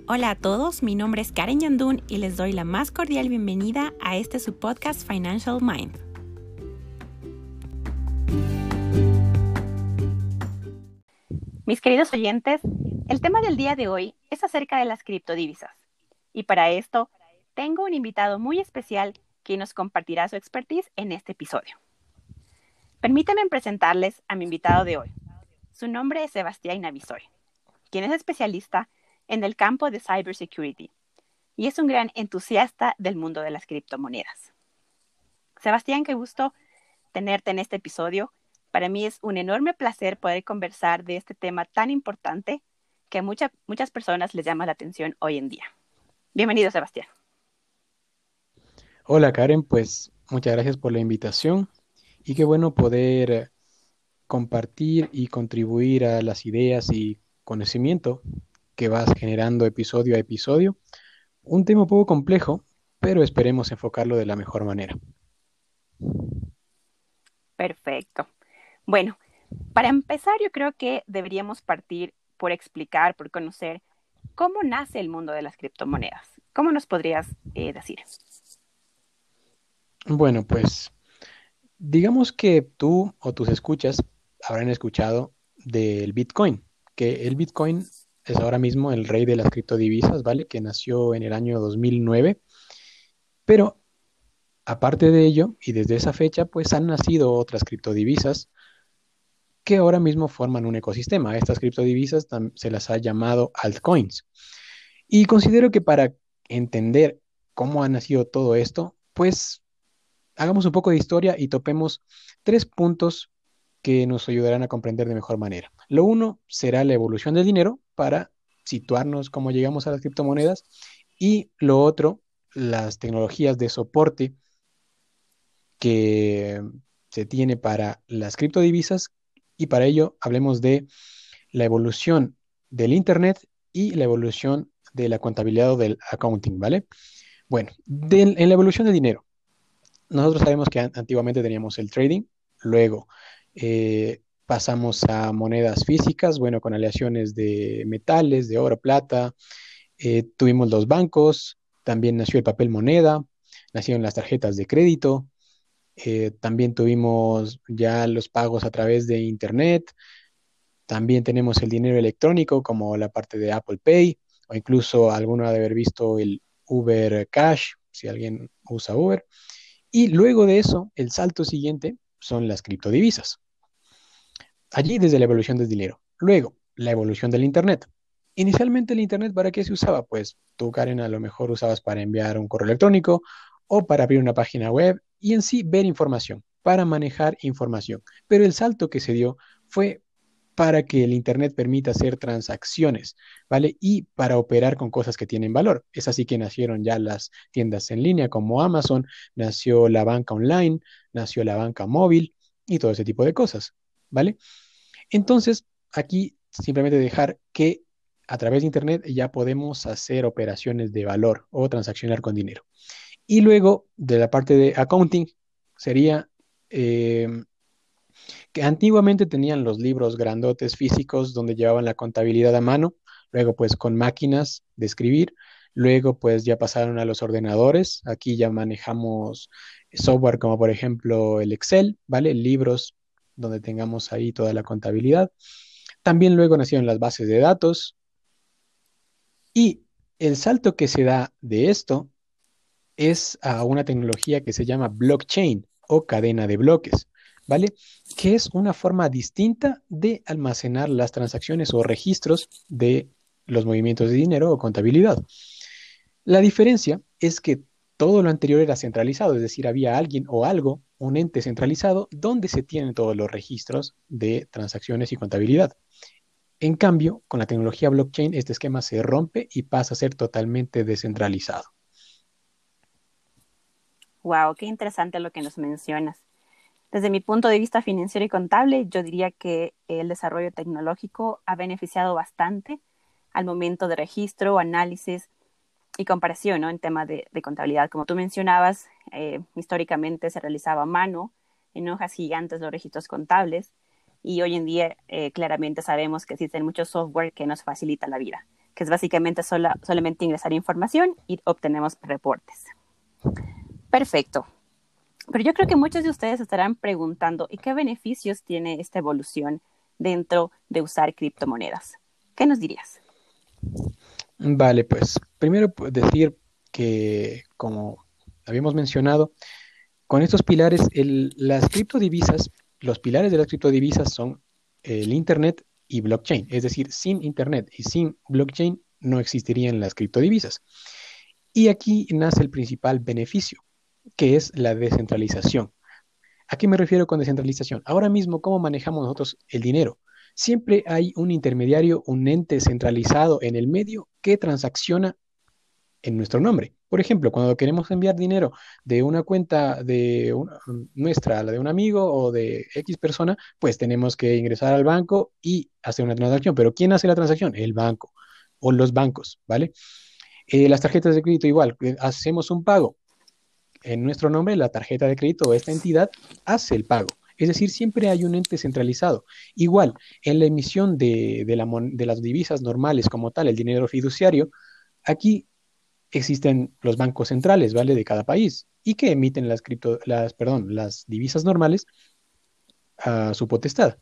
Hola a todos, mi nombre es Karen Yandún y les doy la más cordial bienvenida a este su podcast Financial Mind. Mis queridos oyentes, el tema del día de hoy es acerca de las criptodivisas. Y para esto, tengo un invitado muy especial que nos compartirá su expertise en este episodio. Permítanme presentarles a mi invitado de hoy. Su nombre es Sebastián Navisoy, quien es especialista en el campo de cybersecurity y es un gran entusiasta del mundo de las criptomonedas. Sebastián, qué gusto tenerte en este episodio. Para mí es un enorme placer poder conversar de este tema tan importante que a muchas personas les llama la atención hoy en día. Bienvenido, Sebastián. Hola Karen, pues muchas gracias por la invitación y qué bueno poder compartir y contribuir a las ideas y conocimiento que vas generando episodio a episodio. Un tema un poco complejo, pero esperemos enfocarlo de la mejor manera. Perfecto. Bueno, para empezar, yo creo que deberíamos partir por explicar, por conocer cómo nace el mundo de las criptomonedas. ¿Cómo nos podrías decir? Bueno, pues digamos que tú o tus escuchas habrán escuchado del Bitcoin, que el Bitcoin es ahora mismo el rey de las criptodivisas, ¿vale? Que nació en el año 2009, pero aparte de ello, y desde esa fecha, pues han nacido otras criptodivisas que ahora mismo forman un ecosistema. A estas criptodivisas se las ha llamado altcoins. Y considero que para entender cómo ha nacido todo esto, pues hagamos un poco de historia y topemos tres puntos que nos ayudarán a comprender de mejor manera. Lo uno será la evolución del dinero para situarnos cómo llegamos a las criptomonedas y lo otro, las tecnologías de soporte que se tiene para las criptodivisas y para ello hablemos de la evolución del Internet y la evolución de la contabilidad o del accounting, ¿vale? Bueno, en la evolución del dinero, nosotros sabemos que antiguamente teníamos el trading, luego pasamos a monedas físicas, bueno, con aleaciones de metales, de oro, plata, tuvimos los bancos, también nació el papel moneda, nacieron las tarjetas de crédito, también tuvimos ya los pagos a través de Internet. También tenemos el dinero electrónico como la parte de Apple Pay o incluso alguno ha de haber visto el Uber Cash, si alguien usa Uber. Y luego de eso, el salto siguiente son las criptodivisas. Allí desde la evolución del dinero. Luego, la evolución del Internet. Inicialmente el Internet, ¿para qué se usaba? Pues tú, Karen, a lo mejor usabas para enviar un correo electrónico o para abrir una página web y en sí ver información, para manejar información. Pero el salto que se dio fue para que el Internet permita hacer transacciones, ¿vale? Y para operar con cosas que tienen valor. Es así que nacieron ya las tiendas en línea como Amazon, nació la banca online, nació la banca móvil y todo ese tipo de cosas, ¿vale? Entonces, aquí simplemente dejar que a través de Internet ya podemos hacer operaciones de valor o transaccionar con dinero. Y luego, de la parte de accounting, sería que antiguamente tenían los libros grandotes físicos donde llevaban la contabilidad a mano, luego pues con máquinas de escribir, luego pues ya pasaron a los ordenadores, aquí ya manejamos software como por ejemplo el Excel, ¿vale? Libros donde tengamos ahí toda la contabilidad. También luego nacieron las bases de datos y el salto que se da de esto es a una tecnología que se llama blockchain o cadena de bloques, ¿vale? Que es una forma distinta de almacenar las transacciones o registros de los movimientos de dinero o contabilidad. La diferencia es que todo lo anterior era centralizado, es decir, había alguien o algo, un ente centralizado, donde se tienen todos los registros de transacciones y contabilidad. En cambio, con la tecnología blockchain, este esquema se rompe y pasa a ser totalmente descentralizado. Wow, qué interesante lo que nos mencionas. Desde mi punto de vista financiero y contable, yo diría que el desarrollo tecnológico ha beneficiado bastante al momento de registro, análisis y comparación, ¿no? En tema de contabilidad. Como tú mencionabas, históricamente se realizaba a mano, en hojas gigantes, los registros contables, y hoy en día claramente sabemos que existen muchos software que nos facilitan la vida. que es básicamente solamente ingresar información y obtenemos reportes. Perfecto. Pero yo creo que muchos de ustedes estarán preguntando, ¿y qué beneficios tiene esta evolución dentro de usar criptomonedas? ¿Qué nos dirías? Vale, pues primero decir que, como habíamos mencionado, con estos pilares, las criptodivisas, los pilares de las criptodivisas son el Internet y blockchain. Es decir, sin Internet y sin blockchain no existirían las criptodivisas. Y aquí nace el principal beneficio, que es la descentralización. ¿A qué me refiero con descentralización? Ahora mismo, ¿cómo manejamos nosotros el dinero? Siempre hay un intermediario, un ente centralizado en el medio que transacciona en nuestro nombre. Por ejemplo, cuando queremos enviar dinero de una cuenta nuestra a la de un amigo o de X persona, pues tenemos que ingresar al banco y hacer una transacción. Pero ¿quién hace la transacción? El banco o los bancos, ¿vale? Las tarjetas de crédito igual, hacemos un pago en nuestro nombre, la tarjeta de crédito o esta entidad hace el pago. Es decir, siempre hay un ente centralizado. Igual, en la emisión de las divisas normales como tal, el dinero fiduciario, aquí existen los bancos centrales, ¿vale? De cada país y que emiten las divisas normales a su potestad.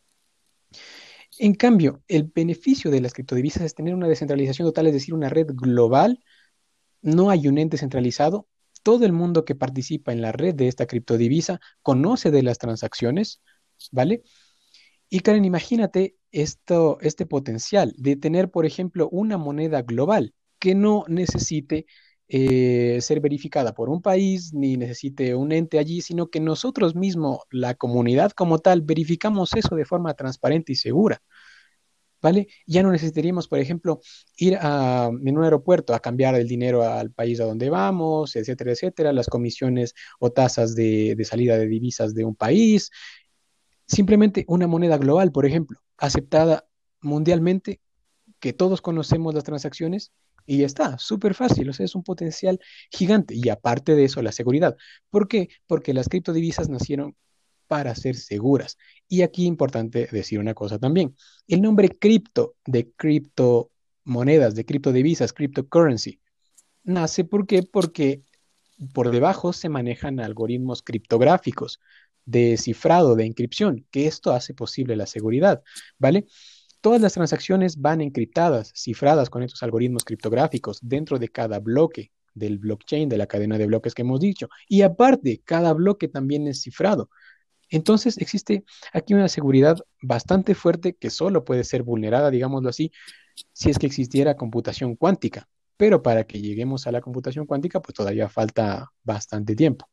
En cambio, el beneficio de las criptodivisas es tener una descentralización total, es decir, una red global. No hay un ente centralizado. Todo el mundo que participa en la red de esta criptodivisa conoce de las transacciones, ¿vale? Y Karen, imagínate este potencial de tener, por ejemplo, una moneda global que no necesite ser verificada por un país ni necesite un ente allí, sino que nosotros mismos, la comunidad como tal, verificamos eso de forma transparente y segura. ¿Vale? Ya no necesitaríamos, por ejemplo, en un aeropuerto a cambiar el dinero al país a donde vamos, etcétera, etcétera, las comisiones o tasas de salida de divisas de un país. Simplemente una moneda global, por ejemplo, aceptada mundialmente, que todos conocemos las transacciones y ya está, súper fácil, o sea, es un potencial gigante. Y aparte de eso, la seguridad. ¿Por qué? Porque las criptodivisas nacieron para ser seguras. Y aquí importante decir una cosa también. El nombre cripto de criptomonedas, de criptodivisas, cryptocurrency, nace ¿por qué? Porque por debajo se manejan algoritmos criptográficos de cifrado, de encripción, que esto hace posible la seguridad, ¿vale? Todas las transacciones van encriptadas, cifradas con estos algoritmos criptográficos dentro de cada bloque del blockchain, de la cadena de bloques que hemos dicho. Y aparte, cada bloque también es cifrado. Entonces existe aquí una seguridad bastante fuerte que solo puede ser vulnerada, digámoslo así, si es que existiera computación cuántica. Pero para que lleguemos a la computación cuántica, pues todavía falta bastante tiempo.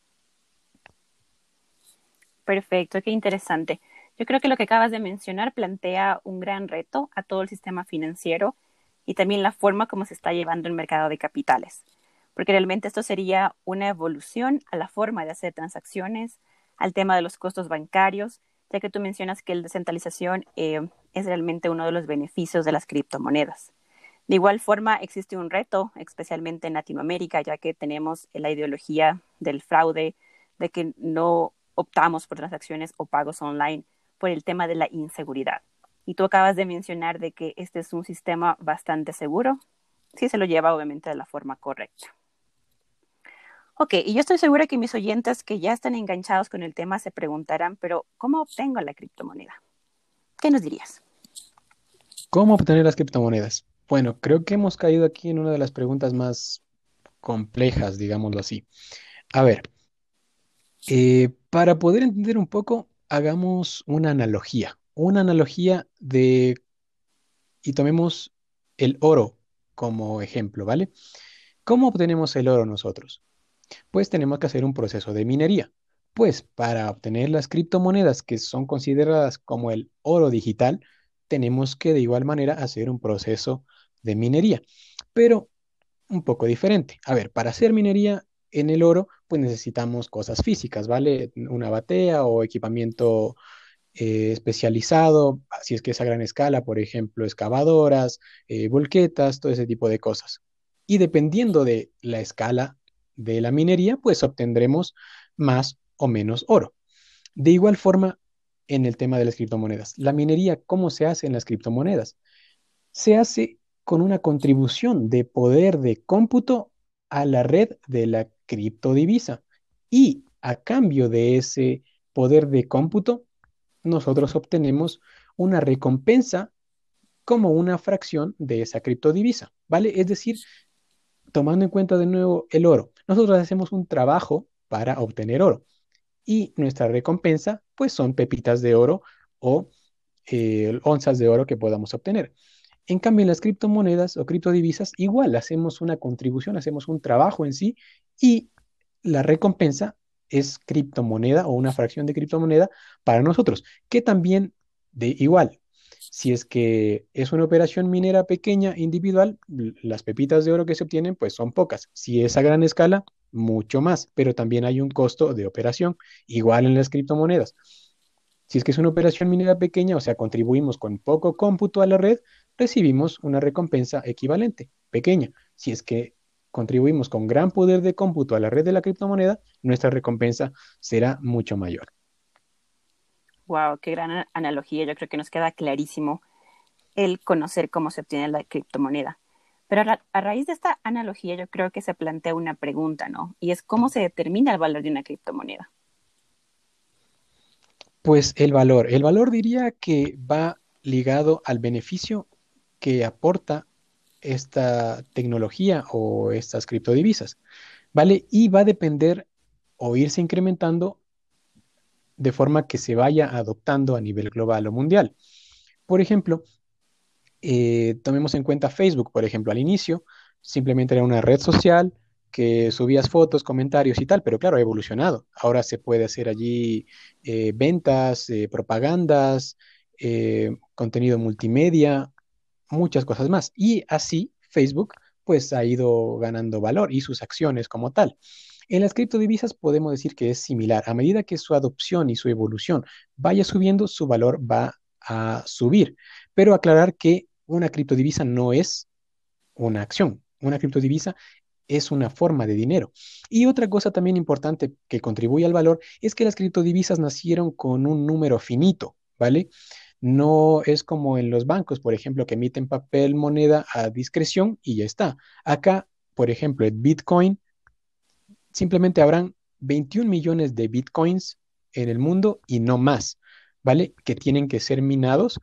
Perfecto, qué interesante. Yo creo que lo que acabas de mencionar plantea un gran reto a todo el sistema financiero y también la forma como se está llevando el mercado de capitales, porque realmente esto sería una evolución a la forma de hacer transacciones, al tema de los costos bancarios, ya que tú mencionas que la descentralización es realmente uno de los beneficios de las criptomonedas. De igual forma, existe un reto, especialmente en Latinoamérica, ya que tenemos la ideología del fraude, de que no optamos por transacciones o pagos online por el tema de la inseguridad. Y tú acabas de mencionar de que este es un sistema bastante seguro, si se lo lleva obviamente de la forma correcta. Ok, y yo estoy segura que mis oyentes que ya están enganchados con el tema se preguntarán, pero ¿cómo obtengo la criptomoneda? ¿Qué nos dirías? ¿Cómo obtener las criptomonedas? Bueno, creo que hemos caído aquí en una de las preguntas más complejas, digámoslo así. A ver, para poder entender un poco, hagamos una analogía y tomemos el oro como ejemplo, ¿vale? ¿Cómo obtenemos el oro nosotros? Pues tenemos que hacer un proceso de minería. Pues para obtener las criptomonedas que son consideradas como el oro digital, tenemos que de igual manera hacer un proceso de minería, pero un poco diferente. A ver, para hacer minería en el oro, pues necesitamos cosas físicas, ¿vale? Una batea o equipamiento especializado, si es que es a gran escala, por ejemplo, excavadoras, volquetas, todo ese tipo de cosas. Y dependiendo de la escala de la minería, pues obtendremos más o menos oro. De igual forma, en el tema de las criptomonedas, la minería, ¿cómo se hace en las criptomonedas? Se hace con una contribución de poder de cómputo a la red de la criptodivisa. Y a cambio de ese poder de cómputo, nosotros obtenemos una recompensa como una fracción de esa criptodivisa, ¿vale? Es decir, tomando en cuenta de nuevo el oro, nosotros hacemos un trabajo para obtener oro y nuestra recompensa, pues son pepitas de oro o onzas de oro que podamos obtener. En cambio, en las criptomonedas o criptodivisas, igual hacemos una contribución, hacemos un trabajo en sí y la recompensa es criptomoneda o una fracción de criptomoneda para nosotros, que también de igual, si es que es una operación minera pequeña, individual, las pepitas de oro que se obtienen pues son pocas. Si es a gran escala, mucho más, pero también hay un costo de operación, igual en las criptomonedas. Si es que es una operación minera pequeña, o sea, contribuimos con poco cómputo a la red, recibimos una recompensa equivalente, pequeña. Si es que contribuimos con gran poder de cómputo a la red de la criptomoneda, nuestra recompensa será mucho mayor. Wow, qué gran analogía. Yo creo que nos queda clarísimo el conocer cómo se obtiene la criptomoneda. Pero a raíz de esta analogía, yo creo que se plantea una pregunta, ¿no? Y es cómo se determina el valor de una criptomoneda. Pues el valor diría que va ligado al beneficio que aporta esta tecnología o estas criptodivisas, ¿vale? Y va a depender o irse incrementando de forma que se vaya adoptando a nivel global o mundial. Por ejemplo, tomemos en cuenta Facebook, por ejemplo, al inicio simplemente era una red social que subías fotos, comentarios y tal, pero claro, ha evolucionado. Ahora se puede hacer allí ventas, propagandas, contenido multimedia, muchas cosas más. Y así Facebook pues ha ido ganando valor y sus acciones como tal. En las criptodivisas podemos decir que es similar. A medida que su adopción y su evolución vaya subiendo, su valor va a subir. Pero aclarar que una criptodivisa no es una acción. Una criptodivisa es una forma de dinero. Y otra cosa también importante que contribuye al valor es que las criptodivisas nacieron con un número finito, ¿vale? No es como en los bancos, por ejemplo, que emiten papel moneda a discreción y ya está. Acá, por ejemplo, el Bitcoin, simplemente habrán 21 millones de Bitcoins en el mundo y no más, ¿vale? Que tienen que ser minados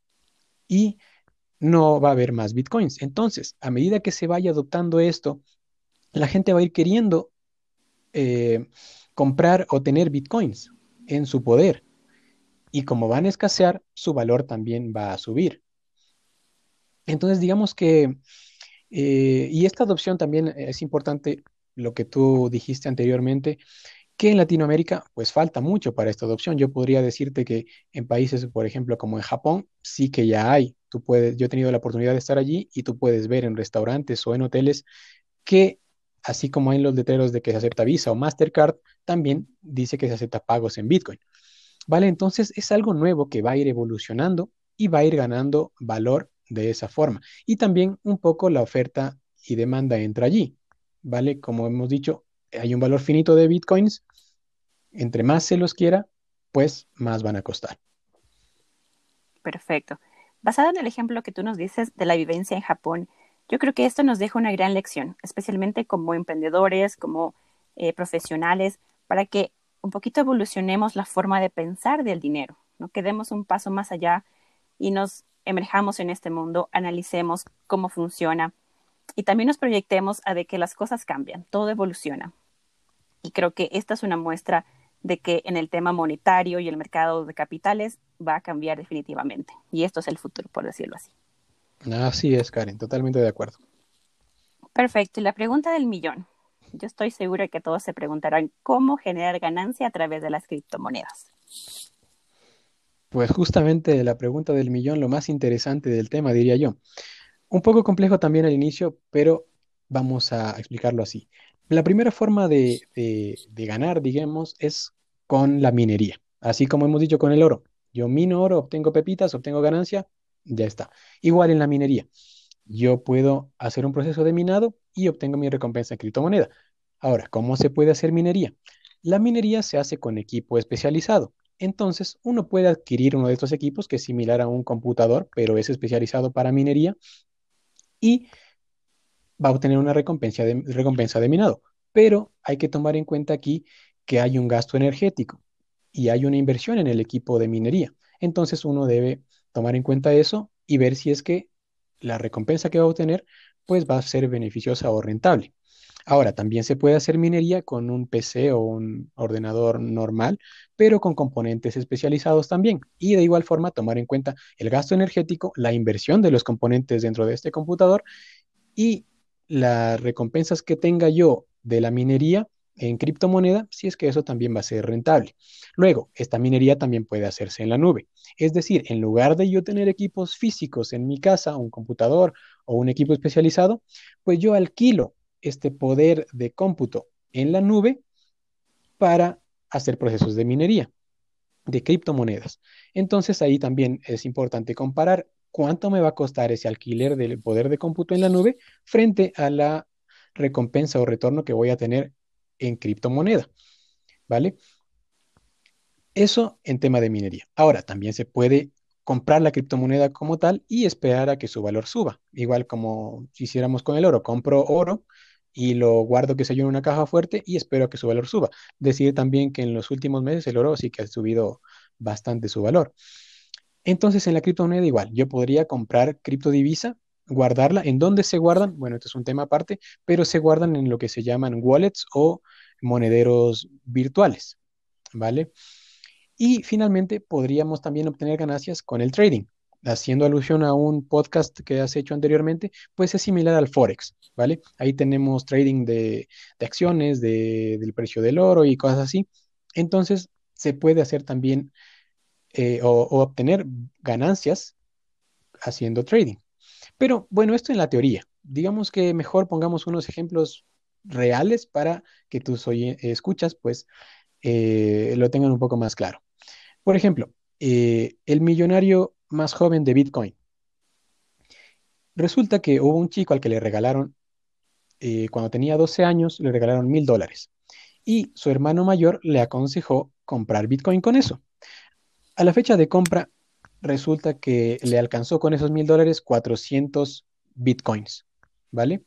y no va a haber más Bitcoins. Entonces, a medida que se vaya adoptando esto, la gente va a ir queriendo eh, comprar o tener Bitcoins en su poder. Y como van a escasear, su valor también va a subir. Entonces, digamos que, y esta adopción también es importante, lo que tú dijiste anteriormente, que en Latinoamérica pues falta mucho para esta adopción. Yo podría decirte que en países, por ejemplo, como en Japón, sí que ya hay. Tú puedes, yo he tenido la oportunidad de estar allí y tú puedes ver en restaurantes o en hoteles que, así como hay en los letreros de que se acepta Visa o Mastercard, también dice que se acepta pagos en Bitcoin. ¿Vale? Entonces es algo nuevo que va a ir evolucionando y va a ir ganando valor de esa forma. Y también un poco la oferta y demanda entra allí. ¿Vale? Como hemos dicho, hay un valor finito de Bitcoins. Entre más se los quiera, pues más van a costar. Perfecto. Basado en el ejemplo que tú nos dices de la vivencia en Japón, yo creo que esto nos deja una gran lección, especialmente como emprendedores, como profesionales, para que un poquito evolucionemos la forma de pensar del dinero, ¿no? Que demos un paso más allá y nos emerjamos en este mundo, analicemos cómo funciona y también nos proyectemos a de que las cosas cambian, todo evoluciona. Y creo que esta es una muestra de que en el tema monetario y el mercado de capitales va a cambiar definitivamente. Y esto es el futuro, por decirlo así. Así es, Karen, totalmente de acuerdo. Perfecto. Y la pregunta del millón. Yo estoy segura que todos se preguntarán cómo generar ganancia a través de las criptomonedas. Pues justamente la pregunta del millón, lo más interesante del tema, diría yo. Un poco complejo también al inicio, pero vamos a explicarlo así. La primera forma de ganar, digamos, es con la minería. Así como hemos dicho con el oro. Yo mino oro, obtengo pepitas, obtengo ganancia, ya está. Igual en la minería. Yo puedo hacer un proceso de minado y obtengo mi recompensa en criptomoneda. Ahora, ¿cómo se puede hacer minería? La minería se hace con equipo especializado. Entonces, uno puede adquirir uno de estos equipos que es similar a un computador, pero es especializado para minería y va a obtener una recompensa de minado. Pero hay que tomar en cuenta aquí que hay un gasto energético y hay una inversión en el equipo de minería. Entonces uno debe tomar en cuenta eso y ver si es que la recompensa que va a obtener pues va a ser beneficiosa o rentable. Ahora, también se puede hacer minería con un PC o un ordenador normal, pero con componentes especializados también. Y de igual forma, tomar en cuenta el gasto energético, la inversión de los componentes dentro de este computador y las recompensas que tenga yo de la minería en criptomoneda, si es que eso también va a ser rentable. Luego, esta minería también puede hacerse en la nube. Es decir, en lugar de yo tener equipos físicos en mi casa, un computador o un equipo especializado, pues yo alquilo este poder de cómputo en la nube para hacer procesos de minería de criptomonedas. Entonces ahí también es importante comparar cuánto me va a costar ese alquiler del poder de cómputo en la nube frente a la recompensa o retorno que voy a tener en criptomoneda, ¿vale? Eso en tema de minería. Ahora, también se puede comprar la criptomoneda como tal y esperar a que su valor suba. Igual como si hiciéramos con el oro, compro oro y lo guardo que se yo en una caja fuerte y espero a que su valor suba. Decir también que en los últimos meses el oro sí que ha subido bastante su valor. Entonces, en la criptomoneda igual, yo podría comprar criptodivisa, guardarla. ¿En dónde se guardan? Bueno, esto es un tema aparte, pero se guardan en lo que se llaman wallets o monederos virtuales, ¿vale? Y finalmente podríamos también obtener ganancias con el trading. Haciendo alusión a un podcast que has hecho anteriormente, pues es similar al Forex, ¿vale? Ahí tenemos trading de acciones, del precio del oro y cosas así. Entonces, se puede hacer también o obtener ganancias haciendo trading. Pero bueno, esto en la teoría. Digamos que mejor pongamos unos ejemplos reales para que tus escuchas pues lo tengan un poco más claro. Por ejemplo, el millonario más joven de Bitcoin. Resulta que hubo un chico al que le regalaron, cuando tenía 12 años, le regalaron $1,000 y su hermano mayor le aconsejó comprar Bitcoin con eso. A la fecha de compra, resulta que le alcanzó con esos $1,000 400 Bitcoins, ¿vale?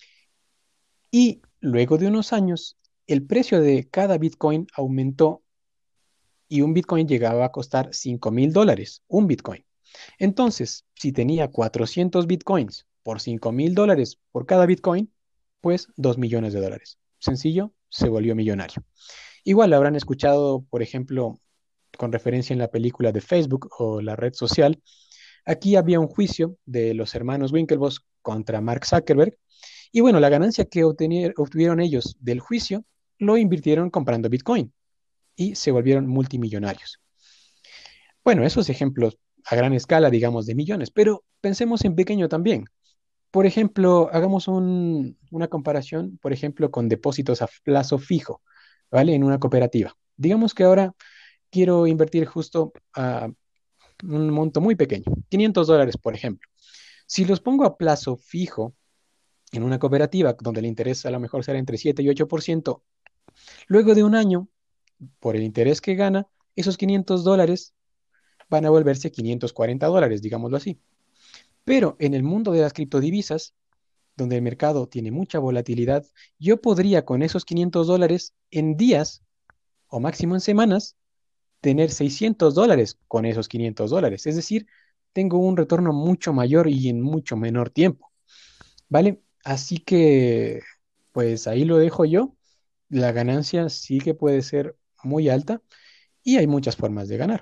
Y luego de unos años, el precio de cada Bitcoin aumentó y un Bitcoin llegaba a costar $5,000, un Bitcoin. Entonces, si tenía 400 bitcoins por $5,000 por cada bitcoin, pues $2 millones. Sencillo, se volvió millonario. Igual habrán escuchado, por ejemplo, con referencia en la película de Facebook o la red social, aquí había un juicio de los hermanos Winklevoss contra Mark Zuckerberg. Y bueno, la ganancia que obtuvieron ellos del juicio lo invirtieron comprando Bitcoin y se volvieron multimillonarios. Bueno, esos ejemplos a gran escala, digamos, de millones, pero pensemos en pequeño también. Por ejemplo, hagamos una comparación, por ejemplo, con depósitos a plazo fijo, ¿vale? En una cooperativa. Digamos que ahora quiero invertir justo a un monto muy pequeño, $500, por ejemplo. Si los pongo a plazo fijo en una cooperativa donde el interés a lo mejor será entre 7 y 8%, luego de un año, por el interés que gana, esos $500 van a volverse $540, digámoslo así. Pero en el mundo de las criptodivisas, donde el mercado tiene mucha volatilidad, yo podría con esos $500 en días o máximo en semanas tener $600 con esos $500. Es decir, tengo un retorno mucho mayor y en mucho menor tiempo, ¿vale? Así que, pues ahí lo dejo yo. La ganancia sí que puede ser muy alta y hay muchas formas de ganar.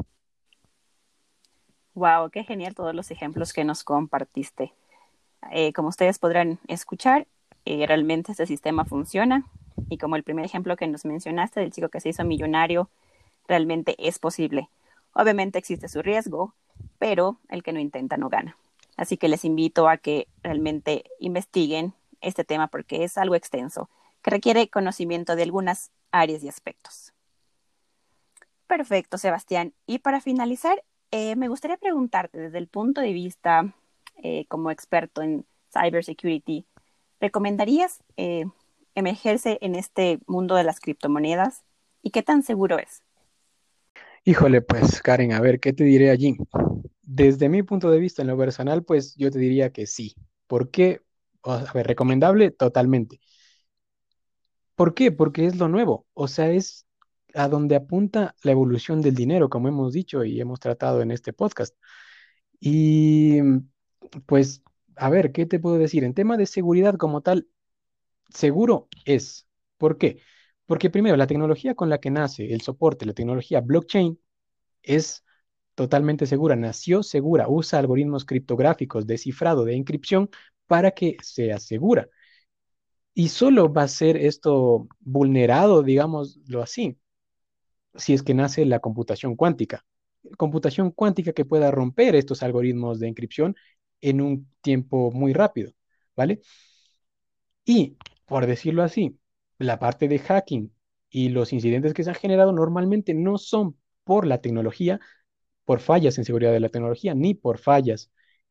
Wow, qué genial todos los ejemplos que nos compartiste. Como ustedes podrán escuchar, realmente este sistema funciona y como el primer ejemplo que nos mencionaste del chico que se hizo millonario, realmente es posible. Obviamente existe su riesgo, pero el que no intenta no gana. Así que les invito a que realmente investiguen este tema porque es algo extenso, que requiere conocimiento de algunas áreas y aspectos. Perfecto, Sebastián. Y para finalizar, me gustaría preguntarte desde el punto de vista como experto en cybersecurity, ¿recomendarías emergerse en este mundo de las criptomonedas? ¿Y qué tan seguro es? Híjole, pues Karen, a ver, ¿qué te diré allí? Desde mi punto de vista en lo personal, pues yo te diría que sí. ¿Por qué? A ver, recomendable totalmente. ¿Por qué? Porque es lo nuevo, o sea, es a donde apunta la evolución del dinero, como hemos dicho y hemos tratado en este podcast. Y pues, a ver, ¿qué te puedo decir? En tema de seguridad como tal, seguro es. ¿Por qué? Porque primero, la tecnología con la que nace el soporte, la tecnología blockchain, es totalmente segura, nació segura, usa algoritmos criptográficos de cifrado, de encripción, para que sea segura. Y solo va a ser esto vulnerado, digámoslo así, si es que nace la computación cuántica. Computación cuántica que pueda romper estos algoritmos de encripción en un tiempo muy rápido, ¿vale? Y, por decirlo así, la parte de hacking y los incidentes que se han generado normalmente no son por la tecnología, por fallas en seguridad de la tecnología, ni por fallas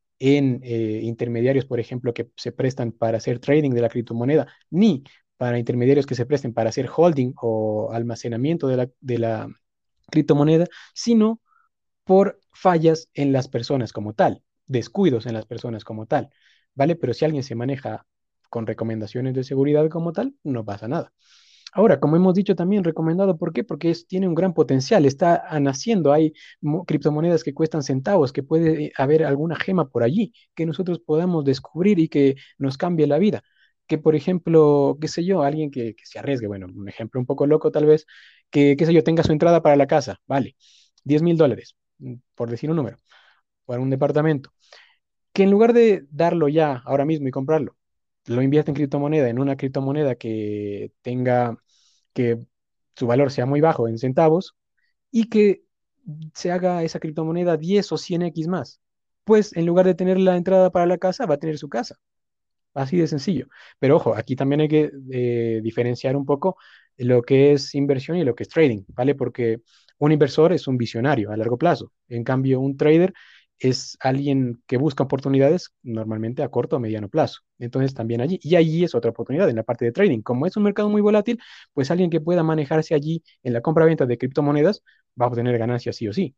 en intermediarios, por ejemplo, que se prestan para hacer trading de la criptomoneda, ni para intermediarios que se presten para hacer holding o almacenamiento de la criptomoneda, sino por fallas en las personas como tal, descuidos en las personas como tal, ¿vale? Pero si alguien se maneja con recomendaciones de seguridad como tal, no pasa nada. Ahora, como hemos dicho también, recomendado, ¿por qué? Porque tiene un gran potencial, está naciendo, hay criptomonedas que cuestan centavos, que puede haber alguna gema por allí que nosotros podamos descubrir y que nos cambie la vida. Que, por ejemplo, qué sé yo, alguien que se arriesgue, bueno, un ejemplo un poco loco tal vez, que, qué sé yo, tenga su entrada para la casa, vale, $10,000, por decir un número, para un departamento, que en lugar de darlo ya ahora mismo y comprarlo, lo invierte en criptomoneda, en una criptomoneda que tenga, que su valor sea muy bajo en centavos y que se haga esa criptomoneda 10 o 100x más. Pues en lugar de tener la entrada para la casa, va a tener su casa. Así de sencillo. Pero ojo, aquí también hay que diferenciar un poco lo que es inversión y lo que es trading, ¿vale? Porque un inversor es un visionario a largo plazo. En cambio, un trader es alguien que busca oportunidades normalmente a corto o mediano plazo. Entonces también allí, y allí es otra oportunidad en la parte de trading. Como es un mercado muy volátil, pues alguien que pueda manejarse allí en la compra-venta de criptomonedas va a obtener ganancias sí o sí.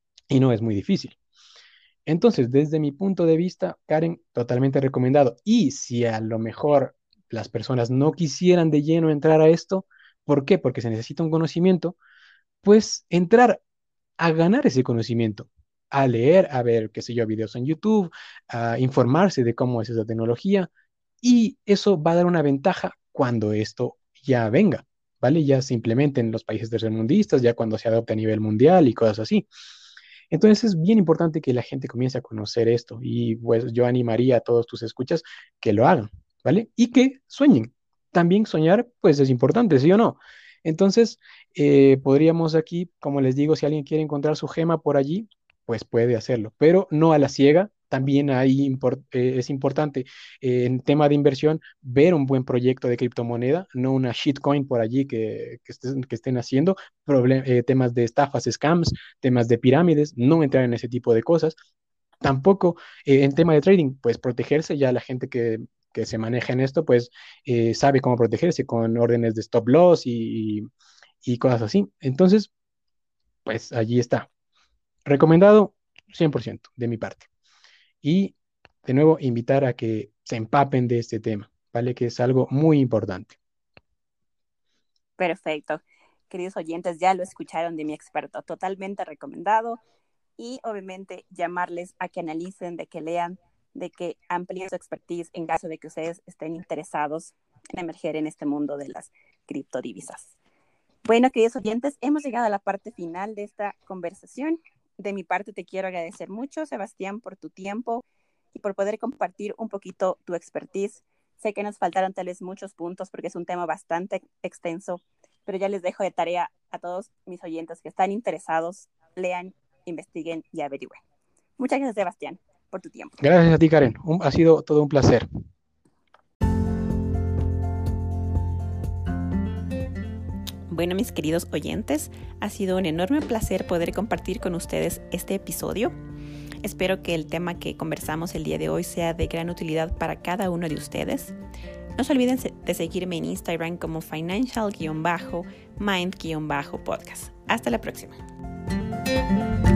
Y no es muy difícil. Entonces, desde mi punto de vista, Karen, totalmente recomendado. Y si a lo mejor las personas no quisieran de lleno entrar a esto, ¿por qué? Porque se necesita un conocimiento, pues entrar a ganar ese conocimiento, a leer, a ver, qué sé yo, videos en YouTube, a informarse de cómo es esa tecnología. Y eso va a dar una ventaja cuando esto ya venga, ¿vale? Ya se implemente en los países tercermundistas, ya cuando se adopte a nivel mundial y cosas así. Entonces es bien importante que la gente comience a conocer esto y pues yo animaría a todos tus escuchas que lo hagan, ¿vale? Y que sueñen. También soñar pues es importante, ¿sí o no? Entonces podríamos aquí, como les digo, si alguien quiere encontrar su gema por allí, pues puede hacerlo, pero no a la ciega. También ahí es importante en tema de inversión ver un buen proyecto de criptomoneda, no una shitcoin por allí que estén haciendo, temas de estafas, scams, temas de pirámides, no entrar en ese tipo de cosas. Tampoco en tema de trading, pues protegerse, ya la gente que se maneja en esto, pues sabe cómo protegerse con órdenes de stop loss y cosas así. Entonces, pues allí está. Recomendado 100% de mi parte. Y de nuevo, invitar a que se empapen de este tema, ¿vale? Que es algo muy importante. Perfecto. Queridos oyentes, ya lo escucharon de mi experto, totalmente recomendado y obviamente llamarles a que analicen, de que lean, de que amplíen su expertise en caso de que ustedes estén interesados en emerger en este mundo de las criptodivisas. Bueno, queridos oyentes, hemos llegado a la parte final de esta conversación. De mi parte, te quiero agradecer mucho, Sebastián, por tu tiempo y por poder compartir un poquito tu expertise. Sé que nos faltaron tal vez muchos puntos porque es un tema bastante extenso, pero ya les dejo de tarea a todos mis oyentes que están interesados, lean, investiguen y averigüen. Muchas gracias, Sebastián, por tu tiempo. Gracias a ti, Karen. Ha sido todo un placer. Bueno, mis queridos oyentes, ha sido un enorme placer poder compartir con ustedes este episodio. Espero que el tema que conversamos el día de hoy sea de gran utilidad para cada uno de ustedes. No se olviden de seguirme en Instagram como financial-mind-podcast. Hasta la próxima.